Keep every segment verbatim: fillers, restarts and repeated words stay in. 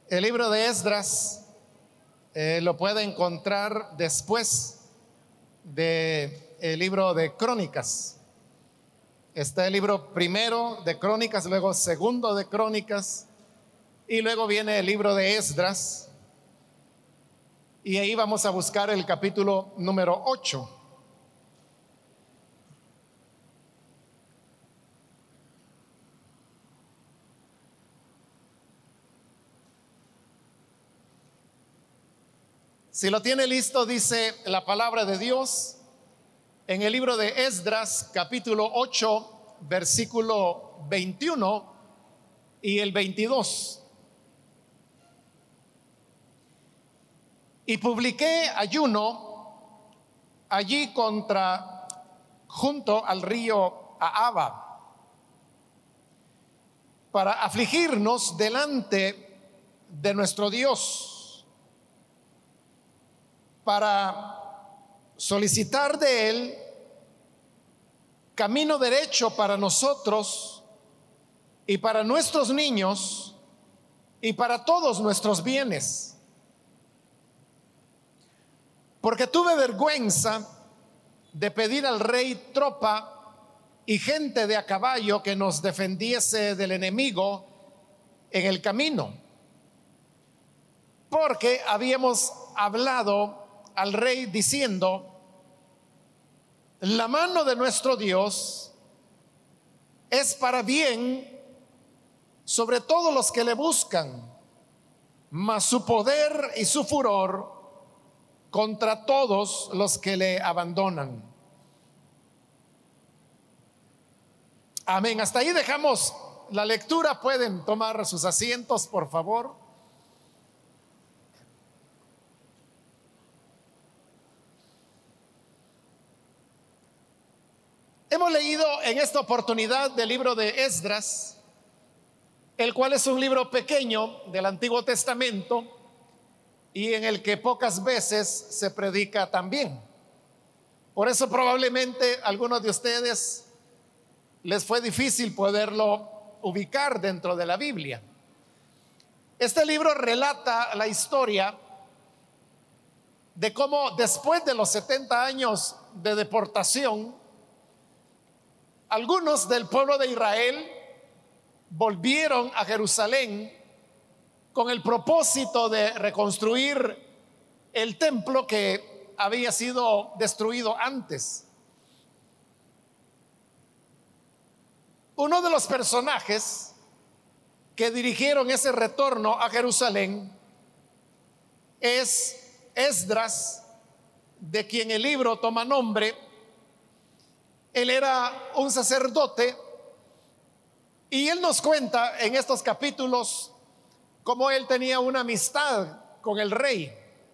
El libro de Esdras eh, lo puede encontrar después del libro de Crónicas. Está el libro primero de Crónicas, luego segundo de Crónicas, y luego viene el libro de Esdras. Y ahí vamos a buscar el capítulo número ocho. Si lo tiene listo, dice la palabra de Dios en el libro de Esdras, capítulo ocho, versículo veintiuno y el veintidós. Y publiqué ayuno allí contra, junto al río Ahava, para afligirnos delante de nuestro Dios, para solicitar de Él camino derecho para nosotros y para nuestros niños y para todos nuestros bienes. Porque tuve vergüenza de pedir al rey tropa y gente de a caballo que nos defendiese del enemigo en el camino, porque habíamos hablado al rey diciendo: la mano de nuestro Dios es para bien sobre todos los que le buscan, mas su poder y su furor contra todos los que le abandonan. Amén. Hasta ahí dejamos la lectura. Pueden tomar sus asientos, por favor. Hemos leído en esta oportunidad del libro de Esdras, el cual es un libro pequeño del Antiguo Testamento y en el que pocas veces se predica también. Por eso probablemente a algunos de ustedes les fue difícil poderlo ubicar dentro de la Biblia. Este libro relata la historia de cómo después de los setenta años de deportación, algunos del pueblo de Israel volvieron a Jerusalén con el propósito de reconstruir el templo que había sido destruido antes. Uno de los personajes que dirigieron ese retorno a Jerusalén es Esdras, de quien el libro toma nombre. Él era un sacerdote y él nos cuenta en estos capítulos cómo él tenía una amistad con el rey.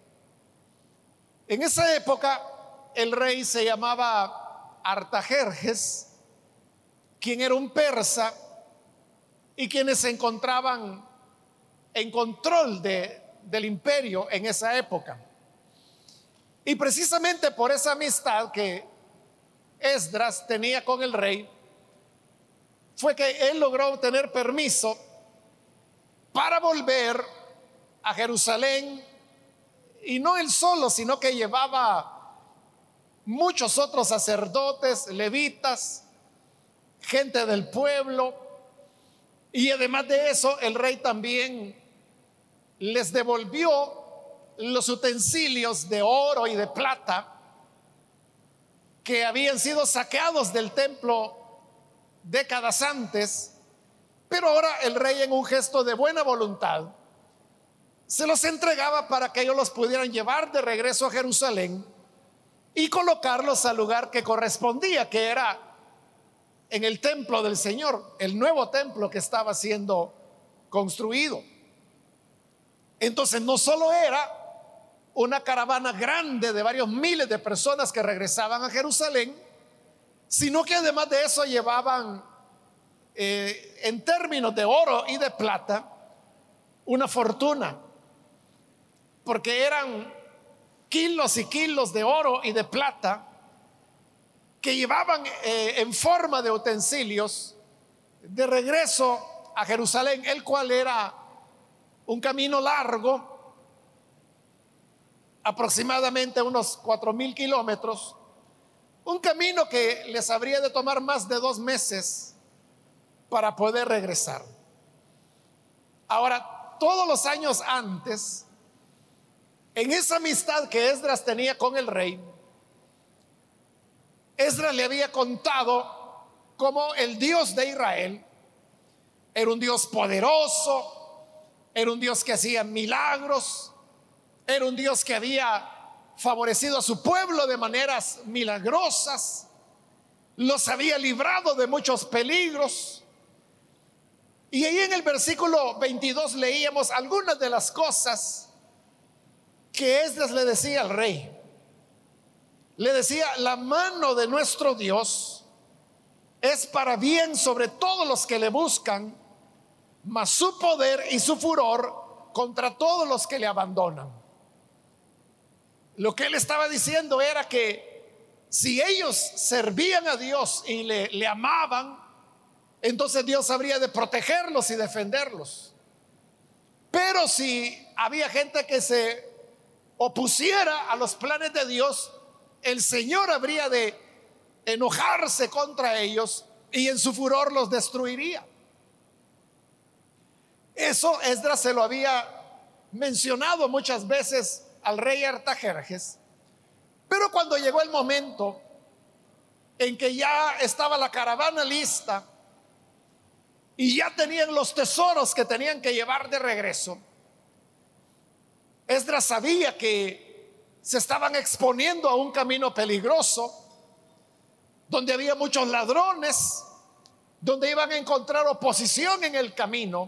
En esa época el rey se llamaba Artajerjes, quien era un persa y quienes se encontraban en control de, del imperio en esa época. Y precisamente por esa amistad que Esdras tenía con el rey, fue que él logró obtener permiso para volver a Jerusalén, y no él solo, sino que llevaba muchos otros sacerdotes, levitas, gente del pueblo, y además de eso el rey también les devolvió los utensilios de oro y de plata que habían sido saqueados del templo décadas antes, pero ahora el rey, en un gesto de buena voluntad, se los entregaba para que ellos los pudieran llevar de regreso a Jerusalén y colocarlos al lugar que correspondía, que era en el templo del Señor, el nuevo templo que estaba siendo construido. Entonces no solo era una caravana grande de varios miles de personas que regresaban a Jerusalén, sino que además de eso llevaban eh, en términos de oro y de plata una fortuna, porque eran kilos y kilos de oro y de plata que llevaban eh, en forma de utensilios de regreso a Jerusalén, el cual era un camino largo, aproximadamente unos cuatro mil kilómetros, un camino que les habría de tomar más de dos meses para poder regresar. Ahora, todos los años antes, en esa amistad que Esdras tenía con el rey, Esdras le había contado cómo el Dios de Israel era un Dios poderoso, era un Dios que hacía milagros, era un Dios que había favorecido a su pueblo de maneras milagrosas, los había librado de muchos peligros. Y ahí en el versículo veintidós leíamos algunas de las cosas que Esdras le decía al rey. Le decía: la mano de nuestro Dios es para bien sobre todos los que le buscan, mas su poder y su furor contra todos los que le abandonan. Lo que él estaba diciendo era que si ellos servían a Dios y le, le amaban, entonces Dios habría de protegerlos y defenderlos. Pero si había gente que se opusiera a los planes de Dios, el Señor habría de enojarse contra ellos y en su furor los destruiría. Eso Esdras se lo había mencionado muchas veces al rey Artajerjes. Pero cuando llegó el momento en que ya estaba la caravana lista y ya tenían los tesoros que tenían que llevar de regreso, Esdras sabía que se estaban exponiendo a un camino peligroso, donde había muchos ladrones, donde iban a encontrar oposición en el camino.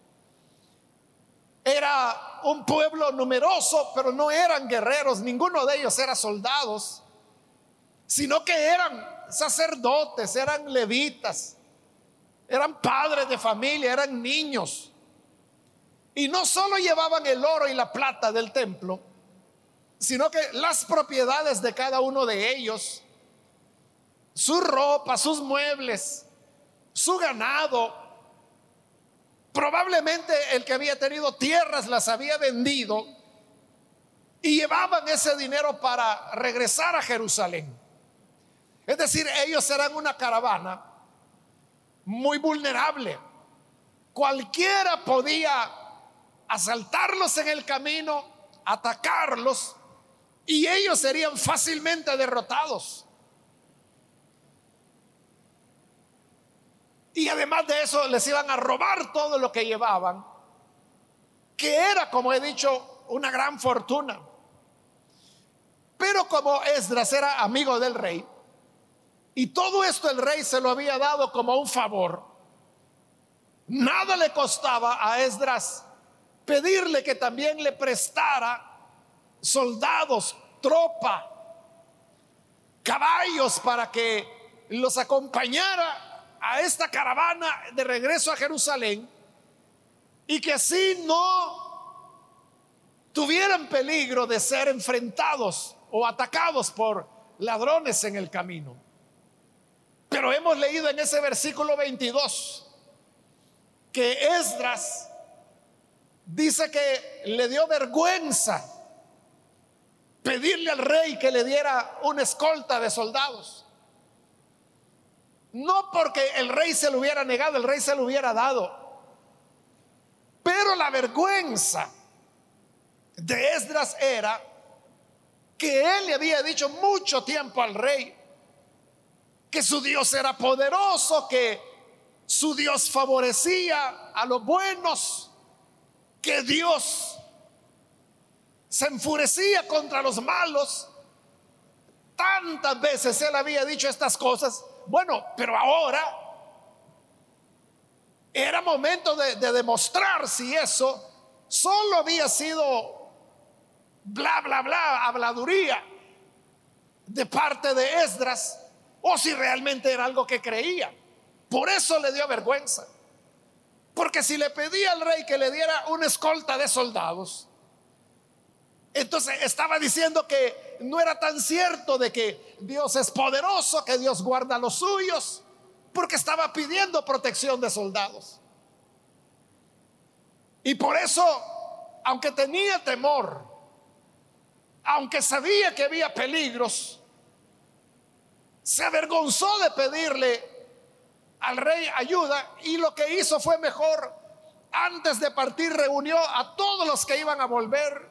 Era un pueblo numeroso, pero no eran guerreros, ninguno de ellos era soldados, sino que eran sacerdotes, eran levitas, eran padres de familia, eran niños. Y no solo llevaban el oro y la plata del templo, sino que las propiedades de cada uno de ellos, su ropa, sus muebles, su ganado. Probablemente el que había tenido tierras las había vendido y llevaban ese dinero para regresar a Jerusalén. Es decir, ellos eran una caravana muy vulnerable. Cualquiera podía asaltarlos en el camino, atacarlos, y ellos serían fácilmente derrotados. Y además de eso les iban a robar todo lo que llevaban, que era, como he dicho, una gran fortuna. Pero como Esdras era amigo del rey, y todo esto el rey se lo había dado como un favor, nada le costaba a Esdras pedirle que también le prestara soldados, tropa, caballos para que los acompañara a esta caravana de regreso a Jerusalén, y que así no tuvieran peligro de ser enfrentados o atacados por ladrones en el camino. Pero hemos leído en ese versículo veintidós que Esdras dice que le dio vergüenza pedirle al rey que le diera una escolta de soldados. No porque el rey se lo hubiera negado, el rey se lo hubiera dado. Pero la vergüenza de Esdras era que él le había dicho mucho tiempo al rey que su Dios era poderoso, que su Dios favorecía a los buenos, que Dios se enfurecía contra los malos. Tantas veces él había dicho estas cosas. Bueno, pero ahora era momento de, de demostrar si eso solo había sido bla, bla, bla, habladuría de parte de Esdras, o si realmente era algo que creía. Por eso le dio vergüenza, porque si le pedía al rey que le diera una escolta de soldados, entonces estaba diciendo que no era tan cierto de que Dios es poderoso, que Dios guarda a los suyos, porque estaba pidiendo protección de soldados. Y por eso, aunque tenía temor, aunque sabía que había peligros, se avergonzó de pedirle al rey ayuda, y lo que hizo fue mejor. Antes de partir reunió a todos los que iban a volver.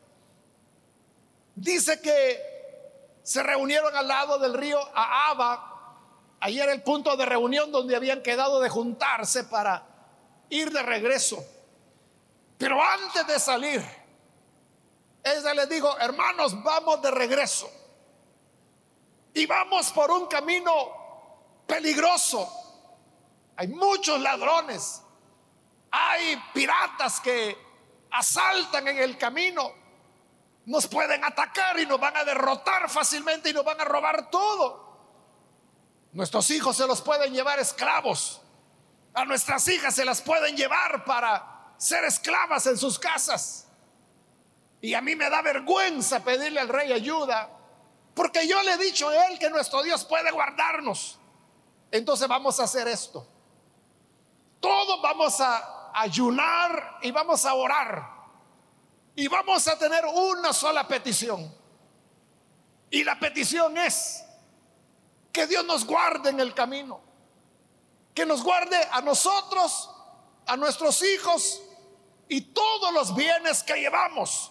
Dice que se reunieron al lado del río Ahava. Ahí era el punto de reunión donde habían quedado de juntarse para ir de regreso. Pero antes de salir, ella les dijo: hermanos, vamos de regreso y vamos por un camino peligroso. Hay muchos ladrones, hay piratas que asaltan en el camino, nos pueden atacar y nos van a derrotar fácilmente y nos van a robar todo. Nuestros hijos se los pueden llevar esclavos, a nuestras hijas se las pueden llevar para ser esclavas en sus casas. Y a mí me da vergüenza pedirle al rey ayuda, porque yo le he dicho a él que nuestro Dios puede guardarnos. Entonces vamos a hacer esto: todos vamos a ayunar y vamos a orar, y vamos a tener una sola petición. Y la petición es que Dios nos guarde en el camino, que nos guarde a nosotros, a nuestros hijos y todos los bienes que llevamos.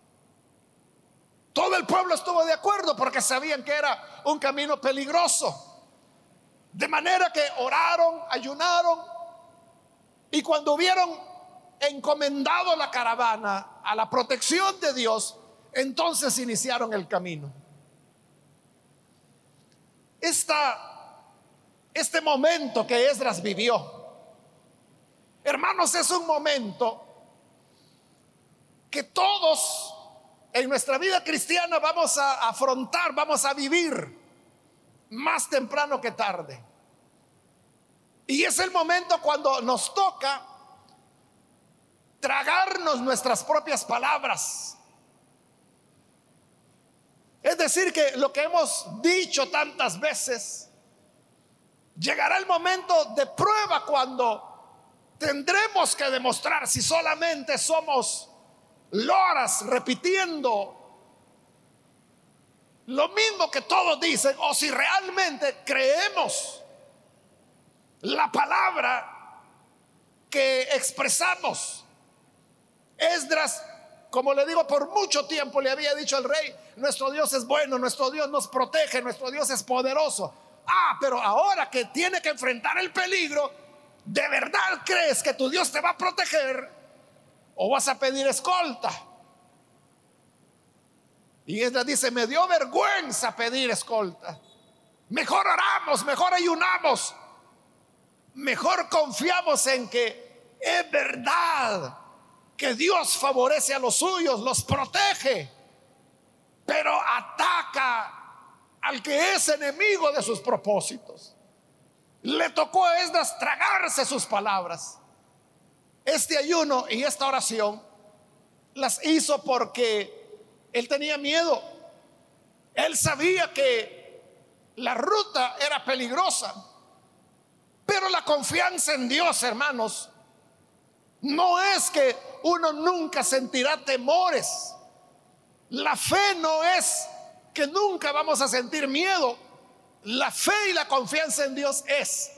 Todo el pueblo estuvo de acuerdo porque sabían que era un camino peligroso. De manera que oraron, ayunaron, y cuando hubieron encomendado la caravana a la protección de Dios, entonces iniciaron el camino. Esta, este momento que Esdras vivió, hermanos, es un momento que todos en nuestra vida cristiana vamos a afrontar, vamos a vivir más temprano que tarde. Y es el momento cuando nos toca tragarnos nuestras propias palabras. Es decir, que lo que hemos dicho tantas veces, llegará el momento de prueba cuando tendremos que demostrar si solamente somos loras repitiendo lo mismo que todos dicen, o si realmente creemos la palabra que expresamos. Esdras, como le digo, por mucho tiempo le había dicho al rey: nuestro Dios es bueno, nuestro Dios nos protege, nuestro Dios es poderoso. Ah, pero ahora que tiene que enfrentar el peligro, ¿de verdad crees que tu Dios te va a proteger o vas a pedir escolta? Y Esdras dice: me dio vergüenza pedir escolta. Mejor oramos, mejor ayunamos, mejor confiamos en que es verdad que Dios favorece a los suyos, los protege, pero ataca al que es enemigo de sus propósitos. Le tocó a Esdras tragarse sus palabras. Este ayuno y esta oración las hizo porque él tenía miedo. Él sabía que la ruta era peligrosa, pero la confianza en Dios, hermanos, no es que uno nunca sentirá temores. La fe no es que nunca vamos a sentir miedo. La fe y la confianza en Dios es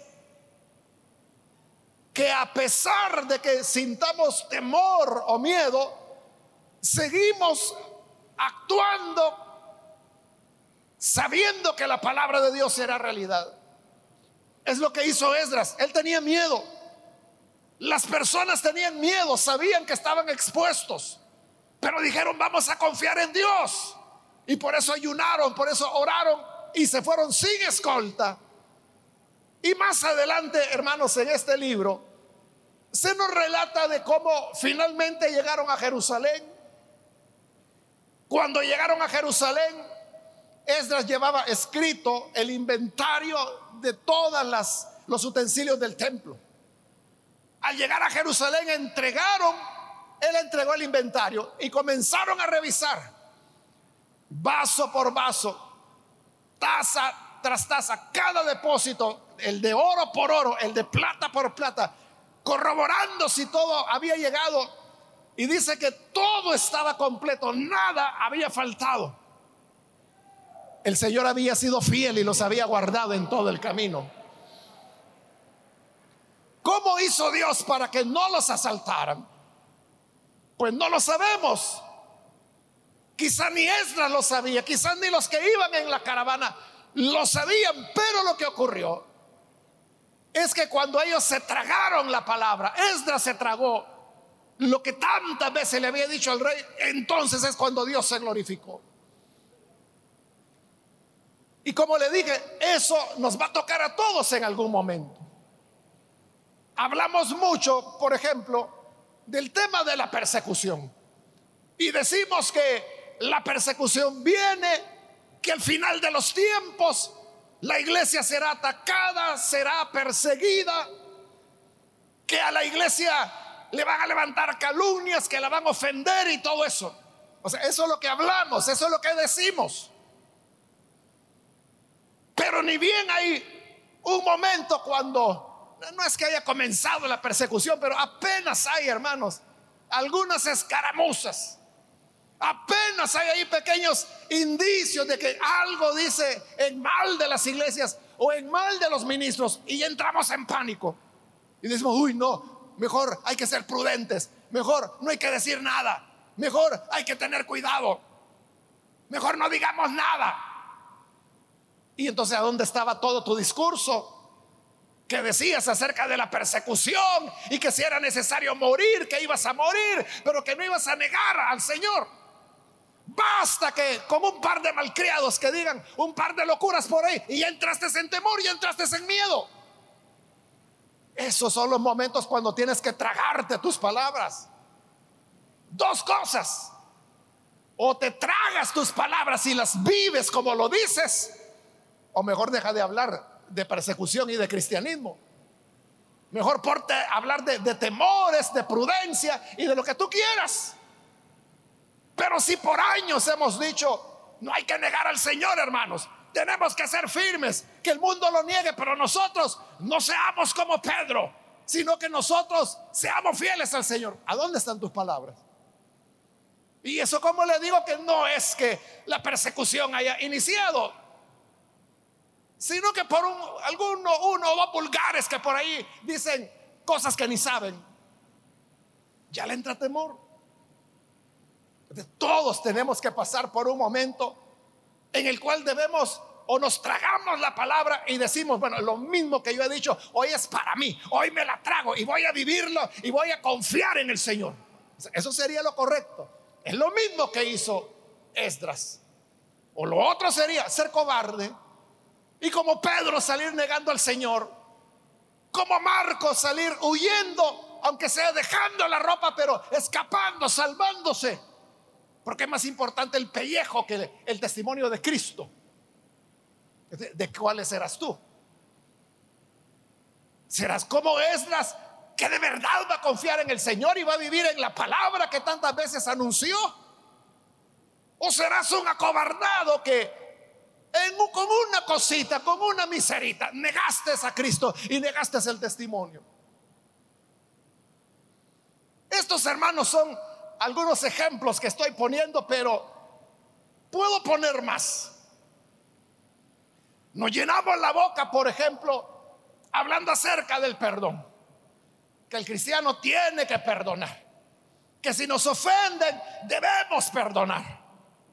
que a pesar de que sintamos temor o miedo, seguimos actuando sabiendo que la palabra de Dios será realidad. Es lo que hizo Esdras. Él tenía miedo. Las personas tenían miedo, sabían que estaban expuestos, pero dijeron: vamos a confiar en Dios. Y por eso ayunaron, por eso oraron y se fueron sin escolta. Y más adelante, hermanos, en este libro se nos relata de cómo finalmente llegaron a Jerusalén. Cuando llegaron a Jerusalén, Esdras llevaba escrito el inventario de todas las los utensilios del templo. Al llegar a Jerusalén entregaron, él entregó el inventario y comenzaron a revisar vaso por vaso, taza tras taza, cada depósito, el de oro por oro, el de plata por plata, corroborando si todo había llegado, y dice que todo estaba completo, nada había faltado. El Señor había sido fiel y los había guardado en todo el camino. ¿Cómo hizo Dios para que no los asaltaran? Pues no lo sabemos. Quizá ni Esdras lo sabía, quizá ni los que iban en la caravana lo sabían, pero lo que ocurrió es que cuando ellos se tragaron la palabra, Esdras se tragó lo que tantas veces le había dicho al rey, entonces es cuando Dios se glorificó. Y como le dije, eso nos va a tocar a todos en algún momento. Hablamos mucho, por ejemplo, del tema de la persecución, y decimos que la persecución viene, que al final de los tiempos la iglesia será atacada, será perseguida, que a la iglesia le van a levantar calumnias, que la van a ofender y todo eso. O sea, eso es lo que hablamos, eso es lo que decimos. Pero ni bien hay un momento cuando, no es que haya comenzado la persecución, pero apenas hay, hermanos, algunas escaramuzas. Apenas hay ahí pequeños indicios de que algo dice en mal de las iglesias o en mal de los ministros, y ya entramos en pánico y decimos, uy, no, mejor hay que ser prudentes, mejor no hay que decir nada, mejor hay que tener cuidado, mejor no digamos nada. Y entonces, ¿a dónde estaba todo tu discurso que decías acerca de la persecución y que si era necesario morir, que ibas a morir, pero que no ibas a negar al Señor? Basta que con un par de malcriados que digan un par de locuras por ahí y ya entraste en temor, ya entraste en miedo. Esos son los momentos cuando tienes que tragarte tus palabras. Dos cosas: o te tragas tus palabras y las vives como lo dices, o mejor deja de hablar de persecución y de cristianismo. Mejor ponte a hablar de, de temores, de prudencia y de lo que tú quieras. Pero si por años hemos dicho, no hay que negar al Señor, hermanos, tenemos que ser firmes, que el mundo lo niegue, pero nosotros no seamos como Pedro, sino que nosotros seamos fieles al Señor. ¿A dónde están tus palabras? Y eso, como le digo, que no es que la persecución haya iniciado, sino que por un, alguno, uno o dos vulgares que por ahí dicen cosas que ni saben, ya le entra temor. Todos tenemos que pasar por un momento en el cual debemos, o nos tragamos la palabra y decimos, bueno, lo mismo que yo he dicho, hoy es para mí, hoy me la trago y voy a vivirlo y voy a confiar en el Señor. Eso sería lo correcto. Es lo mismo que hizo Esdras. O lo otro sería ser cobarde y como Pedro salir negando al Señor, como Marcos salir huyendo, aunque sea dejando la ropa, pero escapando, salvándose. Porque es más importante el pellejo que el testimonio de Cristo. ¿De, de cuáles serás tú? ¿Serás como Esdras, que de verdad va a confiar en el Señor y va a vivir en la palabra que tantas veces anunció? ¿O serás un acobardado que en, con una cosita, con una miserita, negaste a Cristo y negaste el testimonio? Estos, hermanos, son algunos ejemplos que estoy poniendo, pero puedo poner más. Nos llenamos la boca, por ejemplo, hablando acerca del perdón, que el cristiano tiene que perdonar, que si nos ofenden debemos perdonar,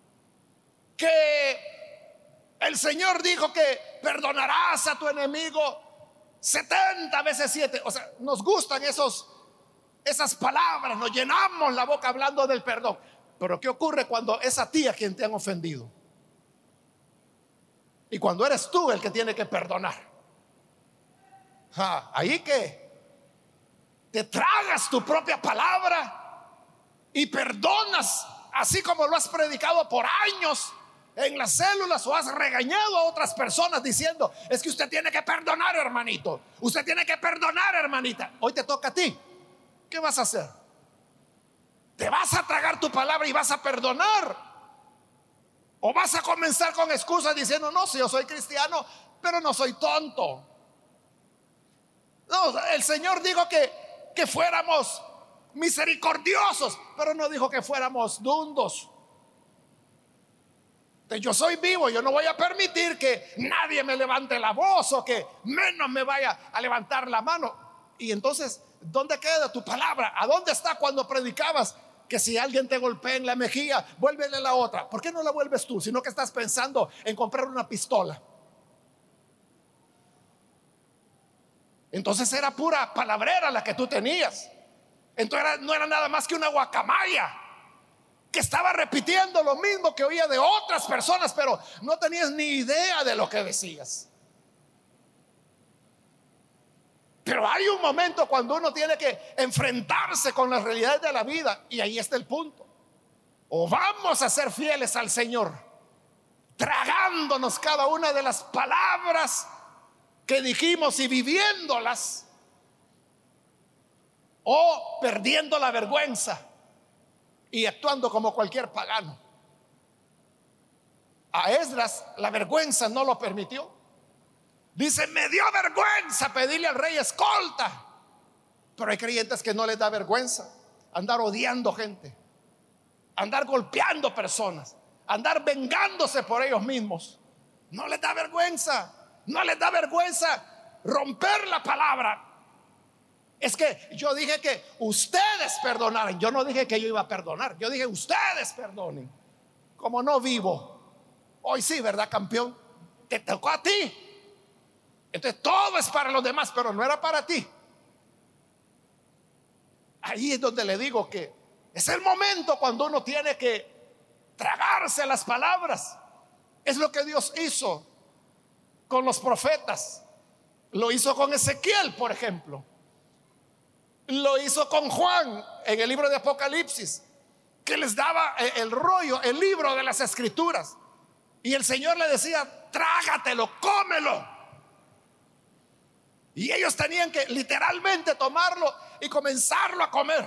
que el Señor dijo que perdonarás a tu enemigo setenta veces siete. O sea, nos gustan esos esas palabras, nos llenamos la boca hablando del perdón. Pero ¿qué ocurre cuando es a ti a quien te han ofendido? Y cuando eres tú el que tiene que perdonar. Ja, ahí que te tragas tu propia palabra y perdonas, así como lo has predicado por años en las células, o has regañado a otras personas diciendo, es que usted tiene que perdonar, hermanito, usted tiene que perdonar, hermanita. Hoy te toca a ti. ¿Qué vas a hacer? ¿Te vas a tragar tu palabra y vas a perdonar? ¿O vas a comenzar con excusas diciendo, no, si yo soy cristiano, pero no soy tonto? No, el Señor dijo que que fuéramos misericordiosos, pero no dijo que fuéramos dundos. Entonces, yo soy vivo, yo no voy a permitir que nadie me levante la voz o que menos me vaya a levantar la mano. Y entonces, ¿dónde queda tu palabra? ¿A dónde está cuando predicabas que si alguien te golpea en la mejilla, vuélvele la otra? ¿Por qué no la vuelves tú, sino que estás pensando en comprar una pistola? Entonces era pura palabrera la que tú tenías. Entonces era, no era nada más que una guacamaya que estaba repitiendo lo mismo que oía de otras personas, pero no tenías ni idea de lo que decías. Pero hay un momento cuando uno tiene que enfrentarse con las realidades de la vida, y ahí está el punto. O vamos a ser fieles al Señor, tragándonos cada una de las palabras que dijimos y viviéndolas, o perdiendo la vergüenza y actuando como cualquier pagano. A Esdras la vergüenza no lo permitió. Dice: me dio vergüenza pedirle al rey escolta. Pero hay creyentes que no les da vergüenza andar odiando gente, andar golpeando personas, andar vengándose por ellos mismos. No les da vergüenza. No les da vergüenza romper la palabra. Es que yo dije que ustedes perdonaran. Yo no dije que yo iba a perdonar. Yo dije ustedes perdonen. Como no vivo. Hoy sí, ¿verdad, campeón? Te tocó a ti. Entonces todo es para los demás, pero no era para ti. Ahí es donde le digo que es el momento cuando uno tiene que tragarse las palabras. Es lo que Dios hizo con los profetas. Lo hizo con Ezequiel, por ejemplo. Lo hizo con Juan en el libro de Apocalipsis, que les daba el rollo, el libro de las escrituras, y el Señor le decía: trágatelo, cómelo. Y ellos tenían que literalmente tomarlo y comenzarlo a comer.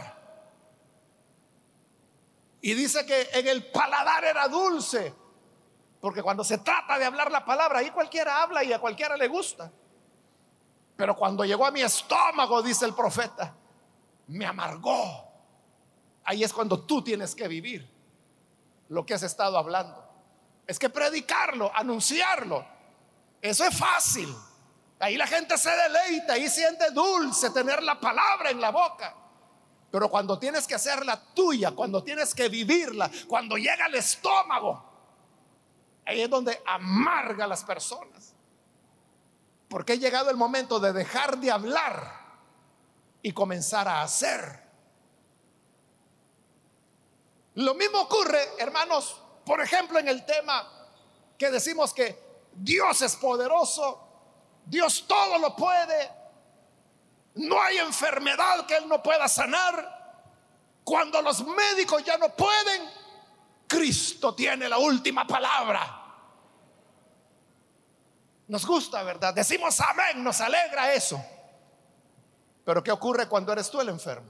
Y dice que en el paladar era dulce, porque cuando se trata de hablar la palabra, ahí cualquiera habla y a cualquiera le gusta. Pero cuando llegó a mi estómago, dice el profeta, me amargó. Ahí es cuando tú tienes que vivir lo que has estado hablando. Es que predicarlo, anunciarlo, eso es fácil. Ahí la gente se deleita, ahí siente dulce tener la palabra en la boca. Pero cuando tienes que hacerla tuya, cuando tienes que vivirla, cuando llega al estómago, ahí es donde amarga a las personas. Porque ha llegado el momento de dejar de hablar y comenzar a hacer. Lo mismo ocurre, hermanos, por ejemplo, en el tema que decimos que Dios es poderoso, Dios todo lo puede, no hay enfermedad que Él no pueda sanar. Cuando los médicos ya no pueden, Cristo tiene la última palabra. Nos gusta, ¿verdad? Decimos amén, nos alegra eso. Pero ¿qué ocurre cuando eres tú el enfermo?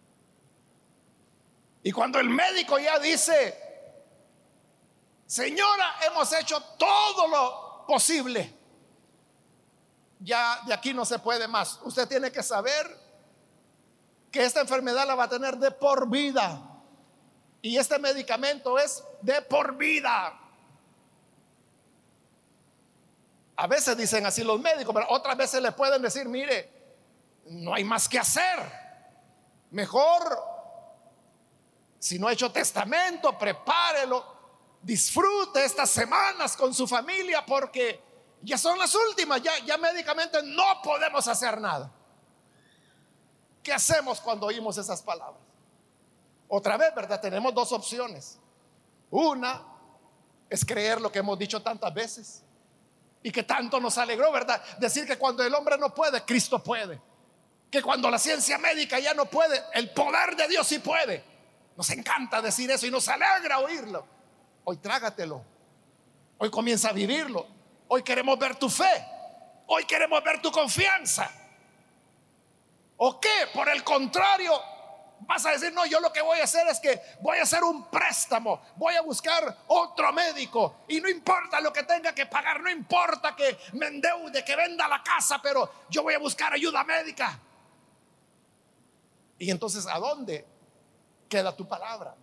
Y cuando el médico ya dice: señora, hemos hecho todo lo posible, ya de aquí no se puede más. Usted tiene que saber que esta enfermedad la va a tener de por vida, y este medicamento es de por vida. A veces dicen así los médicos, pero otras veces le pueden decir: mire, no hay más que hacer. Mejor, si no ha hecho testamento, prepárelo, disfrute estas semanas con su familia, porque ya son las últimas, ya, ya médicamente no podemos hacer nada. ¿Qué hacemos cuando oímos esas palabras? Otra vez, ¿verdad? Tenemos dos opciones. Una es creer lo que hemos dicho tantas veces y que tanto nos alegró, ¿verdad? Decir que cuando el hombre no puede, Cristo puede. Que cuando la ciencia médica ya no puede, el poder de Dios sí puede. Nos encanta decir eso y nos alegra oírlo. Hoy trágatelo. Hoy comienza a vivirlo. Hoy queremos ver tu fe. Hoy queremos ver tu confianza. ¿O qué? Por el contrario, vas a decir: no, yo lo que voy a hacer es que voy a hacer un préstamo, voy a buscar otro médico, y no importa lo que tenga que pagar, no importa que me endeude, que venda la casa, pero yo voy a buscar ayuda médica. Y entonces, ¿a dónde queda tu palabra?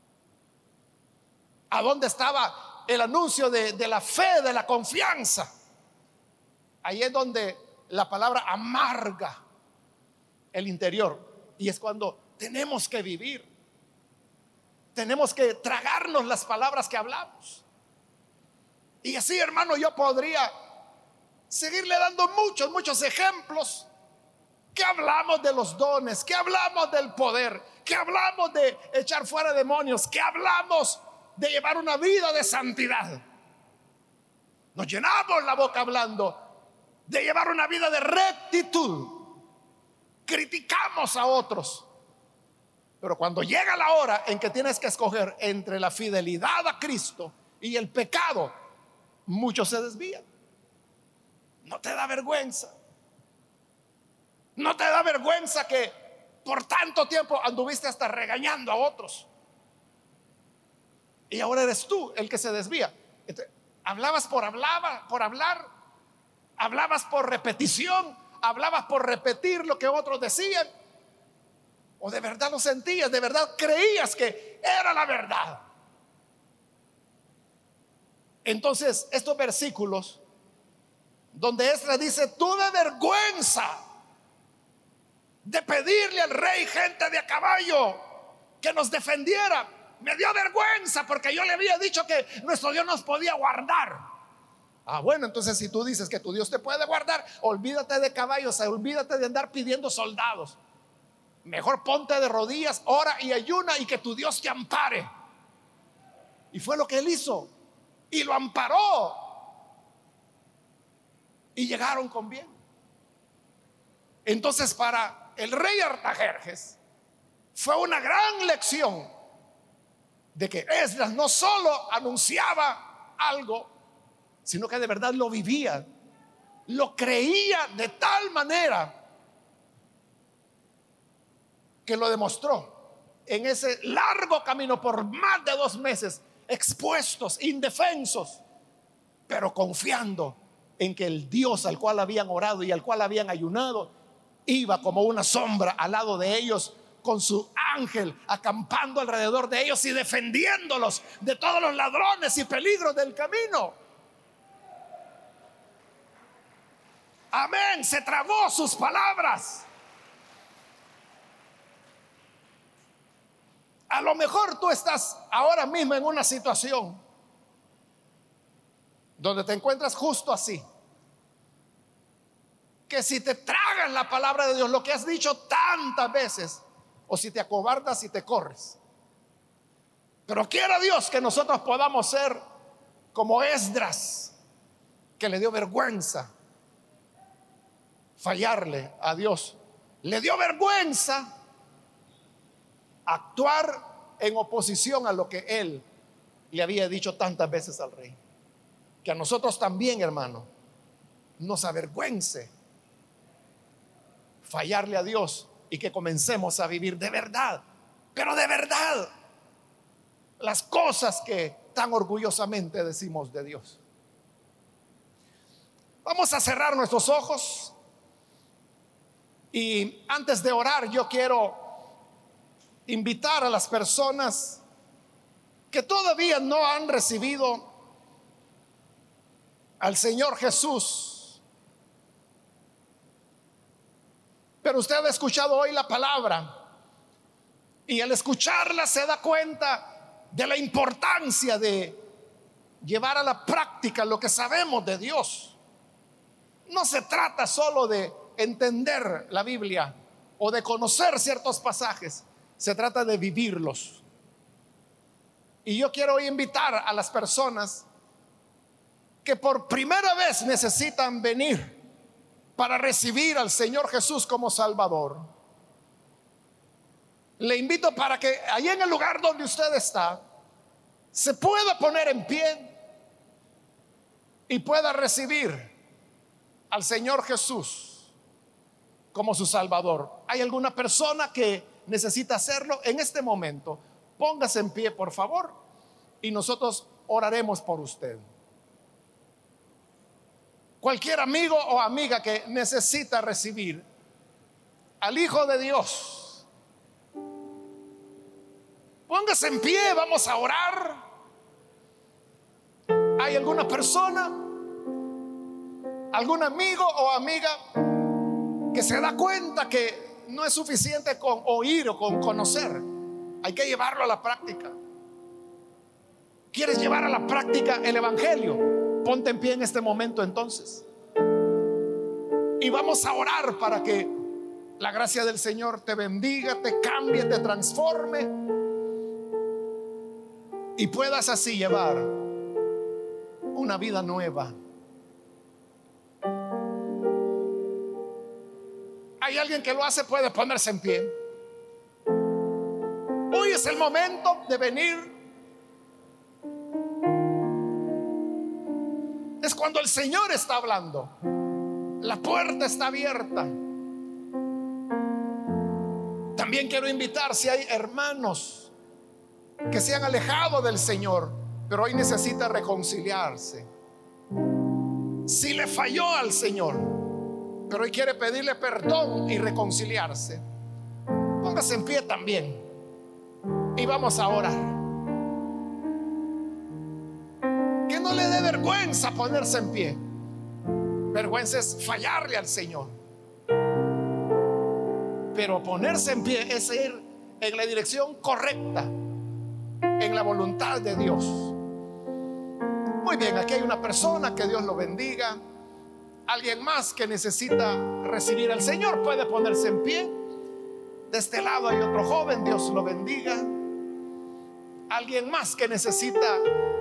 ¿A dónde estaba el anuncio de, de la fe, de la confianza? Ahí es donde la palabra amarga el interior. Y es cuando tenemos que vivir. Tenemos que tragarnos las palabras que hablamos. Y así, hermano, yo podría seguirle dando muchos, muchos ejemplos. Que hablamos de los dones, que hablamos del poder, que hablamos de echar fuera demonios, que hablamos de llevar una vida de santidad. Nos llenamos la boca hablando de llevar una vida de rectitud. Criticamos a otros. Pero cuando llega la hora en que tienes que escoger entre la fidelidad a Cristo y el pecado, muchos se desvían. ¿No te da vergüenza? ¿No te da vergüenza que por tanto tiempo anduviste hasta regañando a otros? Y ahora eres tú el que se desvía. Entonces, hablabas por hablaba, por hablar, hablabas por repetición, hablabas por repetir lo que otros decían. O de verdad lo sentías, de verdad creías que era la verdad. Entonces, estos versículos donde Esdras dice: tuve vergüenza de pedirle al rey gente de a caballo que nos defendiera. Me dio vergüenza porque yo le había dicho que nuestro Dios nos podía guardar. Ah, bueno, entonces si tú dices que tu Dios te puede guardar, olvídate de caballos, olvídate de andar pidiendo soldados. Mejor ponte de rodillas, ora y ayuna y que tu Dios te ampare. Y fue lo que él hizo. Y lo amparó. Y llegaron con bien. Entonces, para el rey Artajerjes fue una gran lección de que Esdras no solo anunciaba algo, sino que de verdad lo vivía, lo creía de tal manera que lo demostró en ese largo camino por más de dos meses, expuestos, indefensos, pero confiando en que el Dios al cual habían orado y al cual habían ayunado iba como una sombra al lado de ellos, con su ángel acampando alrededor de ellos y defendiéndolos de todos los ladrones y peligros del camino. Amén, se tragó sus palabras. A lo mejor tú estás ahora mismo en una situación donde te encuentras justo así, que si te tragas la palabra de Dios, lo que has dicho tantas veces, o si te acobardas y te corres. Pero quiera Dios que nosotros podamos ser como Esdras, que le dio vergüenza fallarle a Dios. Le dio vergüenza actuar en oposición a lo que él le había dicho tantas veces al rey. Que a nosotros también, hermano, nos avergüence fallarle a Dios y que comencemos a vivir de verdad, pero de verdad, las cosas que tan orgullosamente decimos de Dios. Vamos a cerrar nuestros ojos y antes de orar yo quiero invitar a las personas que todavía no han recibido al Señor Jesús, pero usted ha escuchado hoy la palabra y al escucharla se da cuenta de la importancia de llevar a la práctica lo que sabemos de Dios. No se trata solo de entender la Biblia o de conocer ciertos pasajes, se trata de vivirlos. Y yo quiero hoy invitar a las personas que por primera vez necesitan venir para recibir al Señor Jesús como Salvador. Le invito para que ahí en el lugar donde usted está se pueda poner en pie y pueda recibir al Señor Jesús como su Salvador. ¿Hay alguna persona que necesita hacerlo? En este momento, póngase en pie, por favor, y nosotros oraremos por usted. Cualquier amigo o amiga que necesita recibir al Hijo de Dios Póngase en pie, vamos a orar. ¿Hay alguna persona, algún amigo o amiga que se da cuenta que no es suficiente con oír o con conocer? Hay que llevarlo a la práctica. ¿Quieres llevar a la práctica el evangelio? Ponte en pie en este momento entonces. Y vamos a orar para que la gracia del Señor te bendiga, te cambie, te transforme y puedas así llevar una vida nueva. ¿Hay alguien que lo hace? Puede ponerse en pie. Hoy es el momento de venir. Es cuando el Señor está hablando. La puerta está abierta. También quiero invitar, si hay hermanos que se han alejado del Señor, pero hoy necesita reconciliarse. Si le falló al Señor, pero hoy quiere pedirle perdón y reconciliarse, póngase en pie también y vamos a orar. Que no le dé vergüenza ponerse en pie. Vergüenza es fallarle al Señor, pero ponerse en pie es ir en la dirección correcta, en la voluntad de Dios. Muy bien, aquí hay una persona, que Dios lo bendiga. Alguien más que necesita recibir al Señor puede ponerse en pie. De este lado hay otro joven, Dios lo bendiga. Alguien más que necesita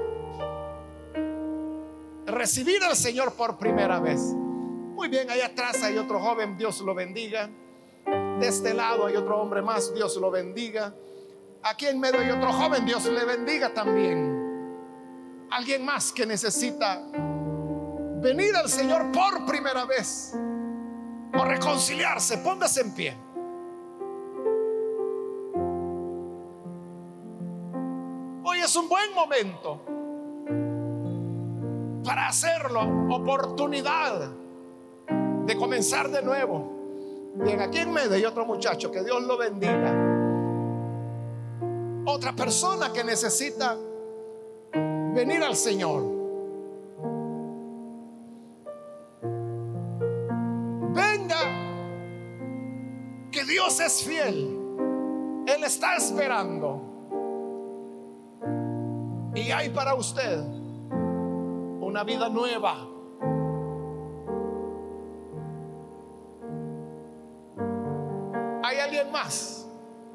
recibir al Señor por primera vez. Muy bien, allá atrás hay otro joven, Dios lo bendiga. De este lado hay otro hombre más, Dios lo bendiga. Aquí en medio hay otro joven, Dios le bendiga también. Alguien más que necesita venir al Señor por primera vez o reconciliarse, póngase en pie. Hoy es un buen momento para hacerlo, oportunidad de comenzar de nuevo. Bien, aquí en medio hay otro muchacho, que Dios lo bendiga. Otra persona que necesita venir al Señor. Venga, que Dios es fiel. Él está esperando. Y hay para usted una vida nueva. ¿Hay alguien más?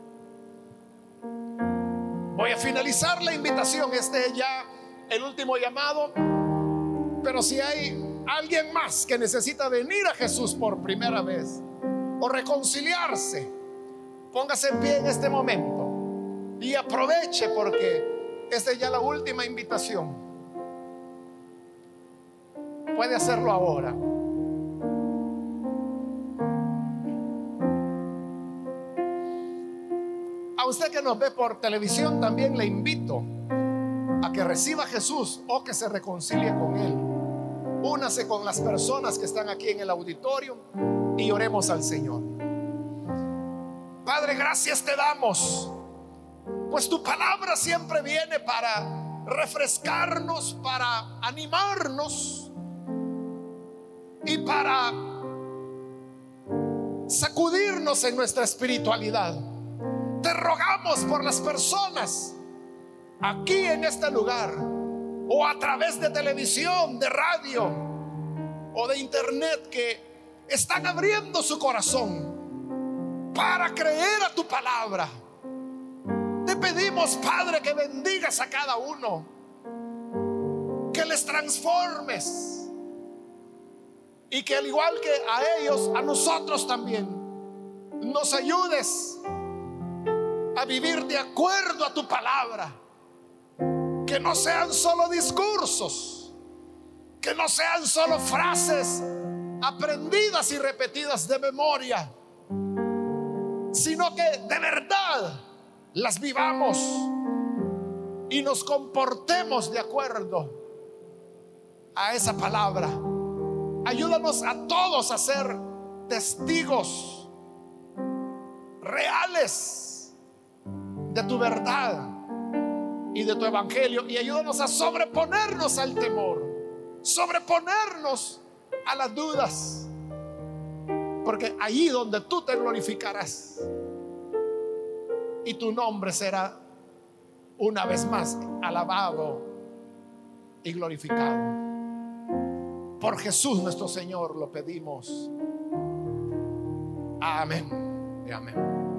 Voy a finalizar la invitación. Este es ya el último llamado. Pero si hay alguien más que necesita venir a Jesús por primera vez o reconciliarse, póngase en pie en este momento y aproveche, porque esta es ya la última invitación. Puede hacerlo ahora. A usted que nos ve por televisión, también le invito a que reciba a Jesús o que se reconcilie con Él. Únase con las personas que están aquí en el auditorio y oremos al Señor. Padre, gracias te damos, pues tu palabra siempre viene para refrescarnos, para animarnos y para sacudirnos en nuestra espiritualidad. Te rogamos por las personas aquí en este lugar, o a través de televisión, de radio o de internet, que están abriendo su corazón para creer a tu palabra. Te pedimos, Padre, que bendigas a cada uno, que les transformes y que, al igual que a ellos, a nosotros también nos ayudes a vivir de acuerdo a tu palabra. Que no sean solo discursos, que no sean solo frases aprendidas y repetidas de memoria, sino que de verdad las vivamos y nos comportemos de acuerdo a esa palabra. Ayúdanos a todos a ser testigos reales de tu verdad y de tu evangelio, y ayúdanos a sobreponernos al temor, sobreponernos a las dudas, porque ahí donde tú te glorificarás y tu nombre será una vez más alabado y glorificado. Por Jesús nuestro Señor lo pedimos. Amén y amén.